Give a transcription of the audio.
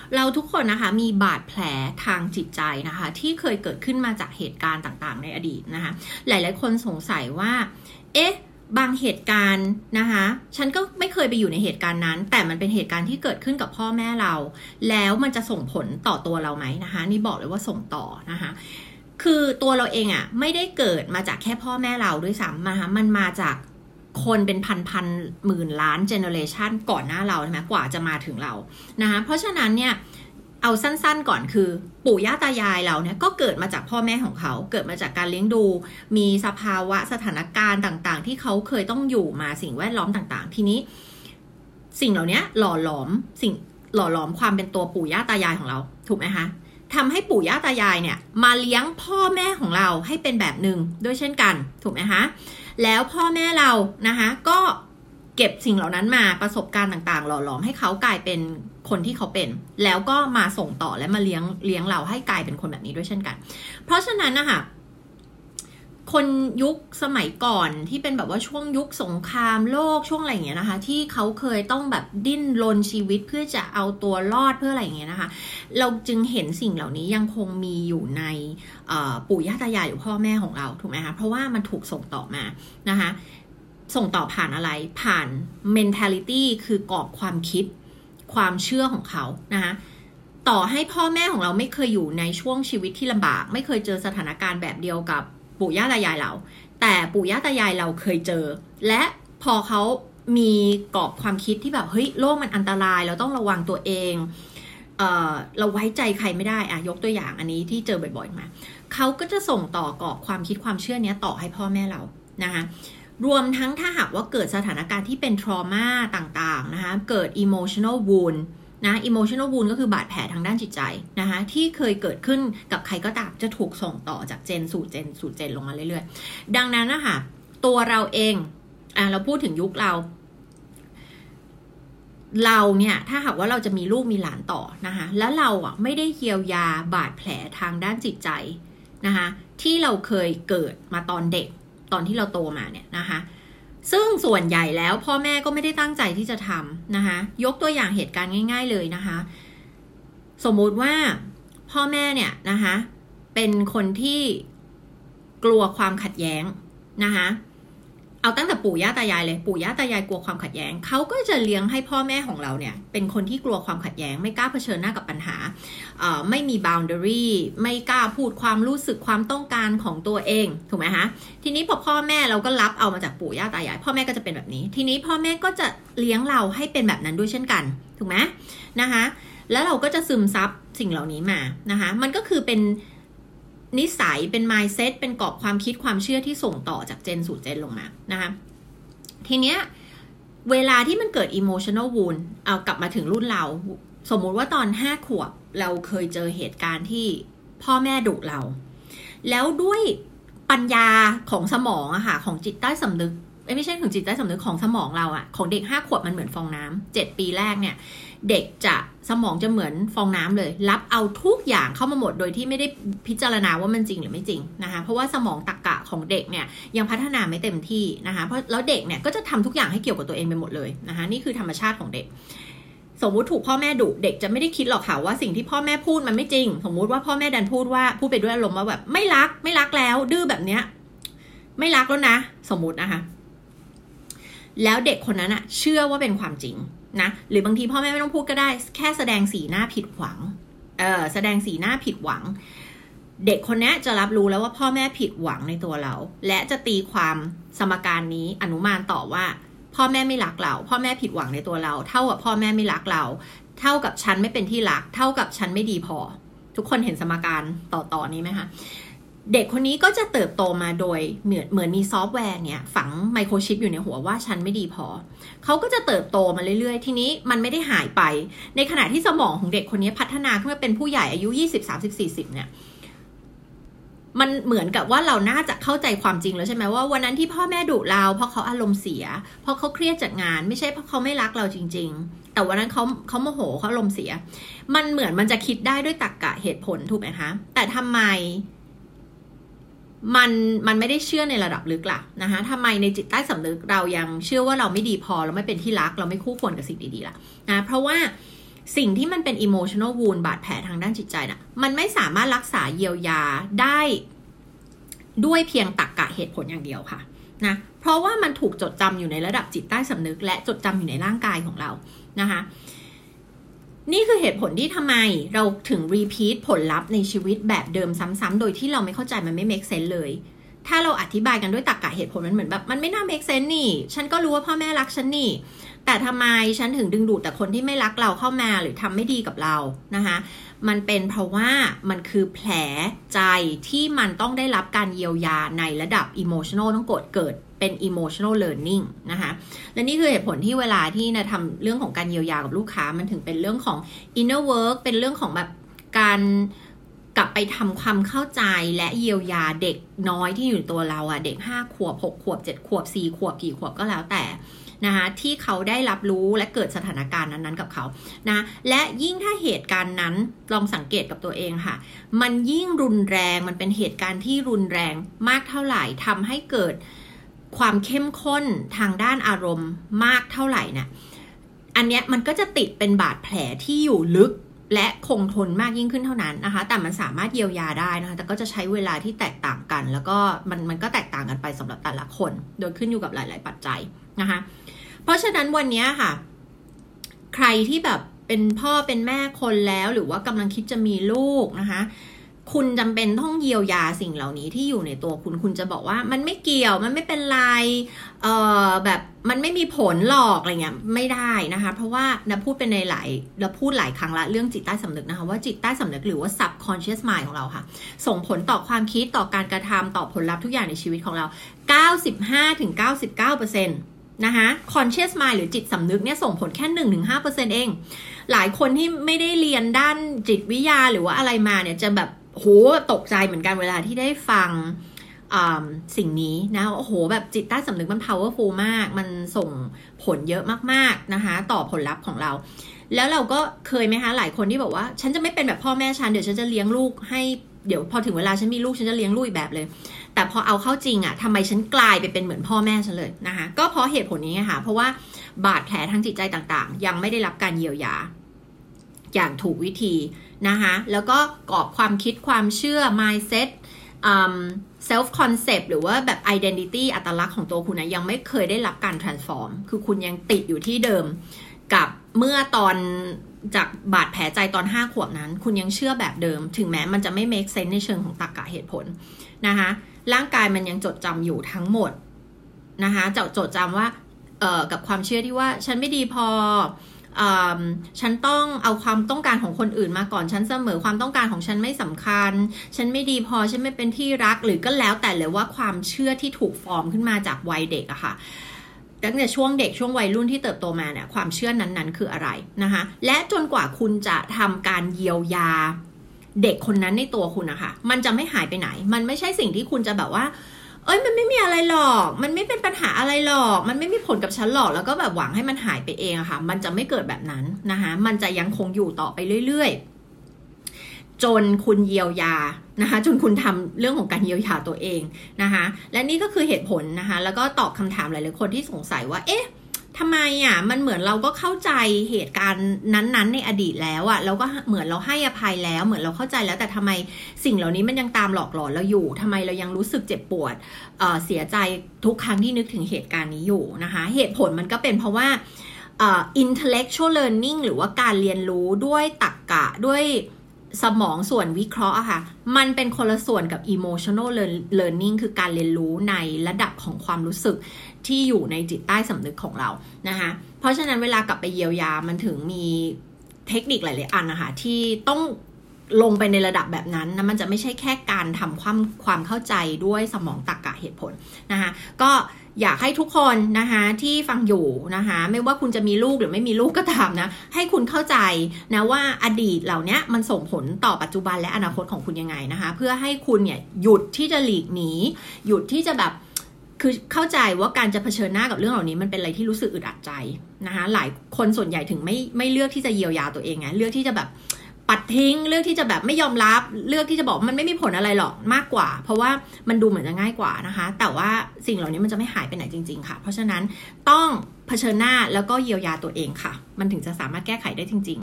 เราทุกคนนะคะมีบาดแผลทางจิตใจนะคะที่เคยเกิดขึ้นมาจากเหตุการณ์ต่างๆในอดีตนะคะหลายๆคนสงสัยว่าบางเหตุการณ์นะคะฉันก็ไม่เคยไปอยู่ในเหตุการณ์นั้นแต่มันเป็นเหตุการณ์ที่เกิดขึ้นกับพ่อแม่เราแล้วมันจะส่งผลต่อตัวเราไหมนะคะนี่บอกเลยว่าส่งต่อนะคะคือตัวเราเองอ่ะไม่ได้เกิดมาจากแค่พ่อแม่เราด้วยซ้ำนะคะมันมาจากคนเป็นพันหมื่นล้านเจเนอเรชันก่อนหน้าเราใช่ไหมกว่าจะมาถึงเรานะคะเพราะฉะนั้นเนี่ยเอาสั้นๆก่อนคือปู่ย่าตายายเราเนี่ยก็เกิดมาจากพ่อแม่ของเขาเกิดมาจากการเลี้ยงดูมีสภาวะสถานการณ์ต่างๆที่เขาเคยต้องอยู่มาสิ่งแวดล้อมต่างๆทีนี้สิ่งเหล่านี้หล่อหลอมความเป็นตัวปู่ย่าตายายของเราถูกไหมคะทำให้ปู่ย่าตายายเนี่ยมาเลี้ยงพ่อแม่ของเราให้เป็นแบบหนึ่งด้วยเช่นกันถูกไหมคะแล้วพ่อแม่เรานะคะก็เก็บสิ่งเหล่านั้นมาประสบการณ์ต่างๆหล่อหลอมให้เขากลายเป็นคนที่เขาเป็นแล้วก็มาส่งต่อและมาเลี้ยงเราให้กลายเป็นคนแบบนี้ด้วยเช่นกันเพราะฉะนั้นนะคะคนยุคสมัยก่อนที่เป็นแบบว่าช่วงยุคสงครามโลกช่วงอะไรอย่างเงี้ยนะคะที่เขาเคยต้องแบบดิ้นรนชีวิตเพื่อจะเอาตัวรอดเพื่ออะไรอย่างเงี้ยนะคะเราจึงเห็นสิ่งเหล่านี้ยังคงมีอยู่ในปู่ย่าตายายหรือพ่อแม่ของเราถูกไหมคะเพราะว่ามันถูกส่งต่อมานะคะส่งต่อผ่านอะไรผ่าน mentality คือกรอบความคิดความเชื่อของเขานะคะต่อให้พ่อแม่ของเราไม่เคยอยู่ในช่วงชีวิตที่ลำบากไม่เคยเจอสถานการณ์แบบเดียวกับปู่ย่าตายายเราแต่ปู่ย่าตายายเราเคยเจอและพอเขามีกรอบความคิดที่แบบเฮ้ยโลกมันอันตรายเราต้องระวังตัวเองเราไว้ใจใครไม่ได้ยกตัวอย่างอันนี้ที่เจอบ่อยๆมาเขาก็จะส่งต่อกรอบความคิดความเชื่อนี้ต่อให้พ่อแม่เรานะคะรวมทั้งถ้าหากว่าเกิดสถานการณ์ที่เป็น trauma ต่างๆนะคะเกิด emotional wound นะ emotional wound ก็คือบาดแผลทางด้านจิตใจนะคะที่เคยเกิดขึ้นกับใครก็ตามจะถูกส่งต่อจากเจนสู่เจนลงมาเรื่อยๆดังนั้นนะคะตัวเราเองเราพูดถึงยุคเราเนี่ยถ้าหากว่าเราจะมีลูกมีหลานต่อนะคะแล้วเราไม่ได้เยียวยาบาดแผลทางด้านจิตใจนะคะที่เราเคยเกิดมาตอนเด็กตอนที่เราโตมาเนี่ยนะคะซึ่งส่วนใหญ่แล้วพ่อแม่ก็ไม่ได้ตั้งใจที่จะทำนะคะยกตัวอย่างเหตุการณ์ง่ายๆเลยนะคะสมมุติว่าพ่อแม่เนี่ยนะคะเป็นคนที่กลัวความขัดแย้งนะคะเอาตั้งแต่ปู่ย่าตายายเลยปู่ย่าตายายกลัวความขัดแย้งเขาก็จะเลี้ยงให้พ่อแม่ของเราเนี่ยเป็นคนที่กลัวความขัดแย้งไม่กล้าเผชิญหน้ากับปัญหาไม่มี boundary ไม่กล้าพูดความรู้สึกความต้องการของตัวเองถูกไหมคะทีนี้พอพ่อแม่เราก็รับเอามาจากปู่ย่าตายายพ่อแม่ก็จะเป็นแบบนี้ทีนี้พ่อแม่ก็จะเลี้ยงเราให้เป็นแบบนั้นด้วยเช่นกันถูกไหมนะคะแล้วเราก็จะซึมซับสิ่งเหล่านี้มานะคะมันก็คือเป็นนิสัยเป็น mindset เป็นกรอบความคิดความเชื่อที่ส่งต่อจากเจนสู่เจนลงมานะคะทีเนี้ยเวลาที่มันเกิด emotional wound เอากลับมาถึงรุ่นเราสมมุติว่าตอน5 ขวบเราเคยเจอเหตุการณ์ที่พ่อแม่ดุเราแล้วด้วยปัญญาของสมองอะค่ะของจิตใต้สำนึกไม่ใช่ของจิตใต้สำนึกของสมองเราอะของเด็ก5 ขวบมันเหมือนฟองน้ำ7 ปีแรกเนี่ยเด็กจะสมองจะเหมือนฟองน้ำเลยรับเอาทุกอย่างเข้ามาหมดโดยที่ไม่ได้พิจารณาว่ามันจริงหรือไม่จริงนะคะเพราะว่าสมองตรรกะของเด็กเนี่ยยังพัฒนาไม่เต็มที่นะคะเพราะแล้วเด็กเนี่ยก็จะทำทุกอย่างให้เกี่ยวกับตัวเองไปหมดเลยนะคะนี่คือธรรมชาติของเด็กสมมุติถูกพ่อแม่ดุเด็กจะไม่ได้คิดหรอกค่ะว่าสิ่งที่พ่อแม่พูดมันไม่จริงสมมุติว่าพ่อแม่ดันพูดไปด้วยอารมณ์ว่าแบบไม่รักแล้วดื้อแบบเนี้ยไม่รักแล้วนะสมมุตินะคะแล้วเด็กคนนั้นอะเชื่อว่าเป็นความจริงนะหรือบางทีพ่อแม่ไม่ต้องพูดก็ได้แค่แสดงสีหน้าผิดหวังแสดงสีหน้าผิดหวังเด็กคนนี้จะรับรู้แล้วว่าพ่อแม่ผิดหวังในตัวเราและจะตีความสมการนี้อนุมานต่อว่าพ่อแม่ไม่รักเราพ่อแม่ผิดหวังในตัวเราเท่ากับพ่อแม่ไม่รักเราเท่ากับฉันไม่เป็นที่รักเท่ากับฉันไม่ดีพอทุกคนเห็นสมการต่อนี้ไหมคะเด็กคนนี้ก็จะเติบโตมาโดยเหมือนมีซอฟต์แวร์เนี่ยฝังไมโครชิปอยู่ในหัวว่าฉันไม่ดีพอเขาก็จะเติบโตมาเรื่อยๆทีนี้มันไม่ได้หายไปในขณะที่สมองของเด็กคนนี้พัฒนาขึ้นมาเป็นผู้ใหญ่อายุ20 30 40เนี่ยมันเหมือนกับว่าเราน่าจะเข้าใจความจริงแล้วใช่ไหมว่าวันนั้นที่พ่อแม่ดุเราเพราะเขาอารมณ์เสียเพราะเขาเครียดจากงานไม่ใช่เพราะเขาไม่รักเราจริงๆแต่วันนั้นเขาโมโหเขาอารมณ์เสียมันเหมือนมันจะคิดได้ด้วยตรรกะเหตุผลถูกไหมคะแต่ทำไมมันไม่ได้เชื่อในระดับลึกล่ะนะคะทำไมในจิตใต้สำนึกเรายังเชื่อว่าเราไม่ดีพอเราไม่เป็นที่รักเราไม่คู่ควรกับสิ่งดีๆล่ะนะเพราะว่าสิ่งที่มันเป็น emotional wound บาดแผลทางด้านจิตใจน่ะมันไม่สามารถรักษาเยียวยาได้ด้วยเพียงตรรกะเหตุผลอย่างเดียวค่ะนะเพราะว่ามันถูกจดจำอยู่ในระดับจิตใต้สำนึกและจดจำอยู่ในร่างกายของเรานะคะนี่คือเหตุผลที่ทำไมเราถึง repeat ผลลัพธ์ในชีวิตแบบเดิมซ้ำๆโดยที่เราไม่เข้าใจมันไม่ make sense เลยถ้าเราอธิบายกันด้วยตรรกะเหตุผลมันเหมือนแบบมันไม่น่า make sense นี่ฉันก็รู้ว่าพ่อแม่รักฉันนี่แต่ทำไมฉันถึงดึงดูดแต่คนที่ไม่รักเราเข้ามาหรือทำไม่ดีกับเรานะคะมันเป็นเพราะว่ามันคือแผลใจที่มันต้องได้รับการเยียวยาในระดับ emotional ต้องเกิดเป็น emotional learning นะคะและนี่คือเหตุผลที่เวลาที่นะทำเรื่องของการเยียวยากับลูกค้ามันถึงเป็นเรื่องของ inner work เป็นเรื่องของแบบการกลับไปทำความเข้าใจและเยียวยาเด็กน้อยที่อยู่ในตัวเราอะเด็ก5 ขวบ 6 ขวบ 7 ขวบ 4 ขวบกี่ขวบก็แล้วแต่นะคะที่เขาได้รับรู้และเกิดสถานการณ์นั้นๆกับเขานะและยิ่งถ้าเหตุการณ์นั้นลองสังเกตกับตัวเองค่ะมันยิ่งรุนแรงมันเป็นเหตุการณ์ที่รุนแรงมากเท่าไหร่ทำให้เกิดความเข้มข้นทางด้านอารมณ์มากเท่าไหร่เนี่ยอันเนี้ยมันก็จะติดเป็นบาดแผลที่อยู่ลึกและคงทนมากยิ่งขึ้นเท่านั้นนะคะแต่มันสามารถเยียวยาได้นะคะแต่ก็จะใช้เวลาที่แตกต่างกันแล้วก็มันก็แตกต่างกันไปสำหรับแต่ละคนโดยขึ้นอยู่กับหลายๆปัจจัยนะคะเพราะฉะนั้นวันนี้ค่ะใครที่แบบเป็นพ่อเป็นแม่คนแล้วหรือว่ากำลังคิดจะมีลูกนะคะคุณจำเป็นต้องเยียวยาสิ่งเหล่านี้ที่อยู่ในตัวคุณจะบอกว่ามันไม่เกี่ยวมันไม่เป็นไรแบบมันไม่มีผลหรอกอะไรเงี้ยไม่ได้นะคะเพราะว่าเราพูดเป็นในเราพูดหลายครั้งละเรื่องจิตใต้สำนึกนะคะว่าจิตใต้สำนึกหรือว่า subconscious mind ของเราค่ะส่งผลต่อความคิดต่อการกระทำต่อผลลัพธ์ทุกอย่างในชีวิตของเรา 95-99% นะคะ conscious mind หรือจิตสำนึกเนี่ยส่งผลแค่ 1-5% เองหลายคนที่ไม่ได้เรียนด้านจิตวิทยาหรือว่าอะไรมาเนี่ยจะแบบโหตกใจเหมือนกันเวลาที่ได้ฟังสิ่งนี้นะโอ้โหแบบจิตใต้สำนึกมัน powerful มากมันส่งผลเยอะมากๆนะคะต่อผลลัพธ์ของเราแล้วเราก็เคยไหมคะหลายคนที่บอกว่าฉันจะไม่เป็นแบบพ่อแม่ฉันเดี๋ยวฉันจะเลี้ยงลูกให้เดี๋ยวพอถึงเวลาฉันมีลูกฉันจะเลี้ยงลูกอีกแบบเลยแต่พอเอาเข้าจริงอะทำไมฉันกลายไปเป็นเหมือนพ่อแม่ฉันเลยนะคะก็เพราะเหตุผลนี้ค่ะเพราะว่าบาดแผลทางจิตใจต่างๆยังไม่ได้รับการเยียวยาอย่างถูกวิธีนะคะแล้วก็กรอบความคิดความเชื่อ mindset self concept หรือว่าแบบ identity อัตลักษณ์ของตัวคุณนะยังไม่เคยได้รับการ transform คือคุณยังติดอยู่ที่เดิมกับเมื่อตอนจากบาดแผลใจตอน5 ขวบนั้นคุณยังเชื่อแบบเดิมถึงแม้มันจะไม่ make sense ในเชิงของตรรกะเหตุผลนะคะร่างกายมันยังจดจำอยู่ทั้งหมดนะคะจดจำว่ากับความเชื่อที่ว่าฉันไม่ดีพอฉันต้องเอาความต้องการของคนอื่นมาก่อนฉันเสมอความต้องการของฉันไม่สำคัญฉันไม่ดีพอฉันไม่เป็นที่รักหรือก็แล้วแต่เลยว่าความเชื่อที่ถูกฟอร์มขึ้นมาจากวัยเด็กอะค่ะตั้งแต่ช่วงเด็กช่วงวัยรุ่นที่เติบโตมาเนี่ยความเชื่อนั้นๆคืออะไรนะคะและจนกว่าคุณจะทำการเยียวยาเด็กคนนั้นในตัวคุณนะคะมันจะไม่หายไปไหนมันไม่ใช่สิ่งที่คุณจะแบบว่ามันไม่มีอะไรหรอกมันไม่เป็นปัญหาอะไรหรอกมันไม่มีผลกับฉันหรอกแล้วก็แบบหวังให้มันหายไปเองอะค่ะมันจะไม่เกิดแบบนั้นนะคะมันจะยังคงอยู่ต่อไปเรื่อยๆจนคุณเยียวยานะคะจนคุณทำเรื่องของการเยียวยาตัวเองนะคะและนี่ก็คือเหตุผลนะคะแล้วก็ตอบคำถามหลายๆคนที่สงสัยว่าทำไมอ่ะมันเหมือนเราก็เข้าใจเหตุการณ์นั้นๆในอดีตแล้วอ่ะเราก็เหมือนเราให้อภัยแล้วเหมือนเราเข้าใจแล้วแต่ทำไมสิ่งเหล่านี้มันยังตามหลอกหลอนเราอยู่ทำไมเรายังรู้สึกเจ็บปวดเสียใจทุกครั้งที่นึกถึงเหตุการณ์นี้อยู่นะคะเหตุผลมันก็เป็นเพราะว่าintellectual learning หรือว่าการเรียนรู้ด้วยตรรกะด้วยสมองส่วนวิเคราะห์อะค่ะมันเป็นคนละส่วนกับ emotional learning คือการเรียนรู้ในระดับของความรู้สึกที่อยู่ในจิตใต้สำนึกของเรานะคะเพราะฉะนั้นเวลากลับไปเยียวยามันถึงมีเทคนิคหลายๆอันนะคะที่ต้องลงไปในระดับแบบนั้นนะมันจะไม่ใช่แค่การทำความเข้าใจด้วยสมองตรรกะเหตุผลนะคะก็อยากให้ทุกคนนะคะที่ฟังอยู่นะคะไม่ว่าคุณจะมีลูกหรือไม่มีลูกก็ตามนะให้คุณเข้าใจนะว่าอดีตเหล่านี้มันส่งผลต่อปัจจุบันและอนาคตของคุณยังไงนะคะเพื่อให้คุณเนี่ยหยุดที่จะหลีกหนีหยุดที่จะแบบคือเข้าใจว่าการจะเผชิญหน้ากับเรื่องเหล่านี้มันเป็นอะไรที่รู้สึกอึดอัดใจนะคะหลายคนส่วนใหญ่ถึงไม่เลือกที่จะเยียวยาตัวเองไงเลือกที่จะแบบปัดทิ้งเลือกที่จะแบบไม่ยอมรับเลือกที่จะบอกมันไม่มีผลอะไรหรอกมากกว่าเพราะว่ามันดูเหมือนจะง่ายกว่านะคะแต่ว่าสิ่งเหล่านี้มันจะไม่หายไปไหนจริงๆค่ะเพราะฉะนั้นต้องเผชิญหน้าแล้วก็เยียวยาตัวเองค่ะมันถึงจะสามารถแก้ไขได้จริงๆ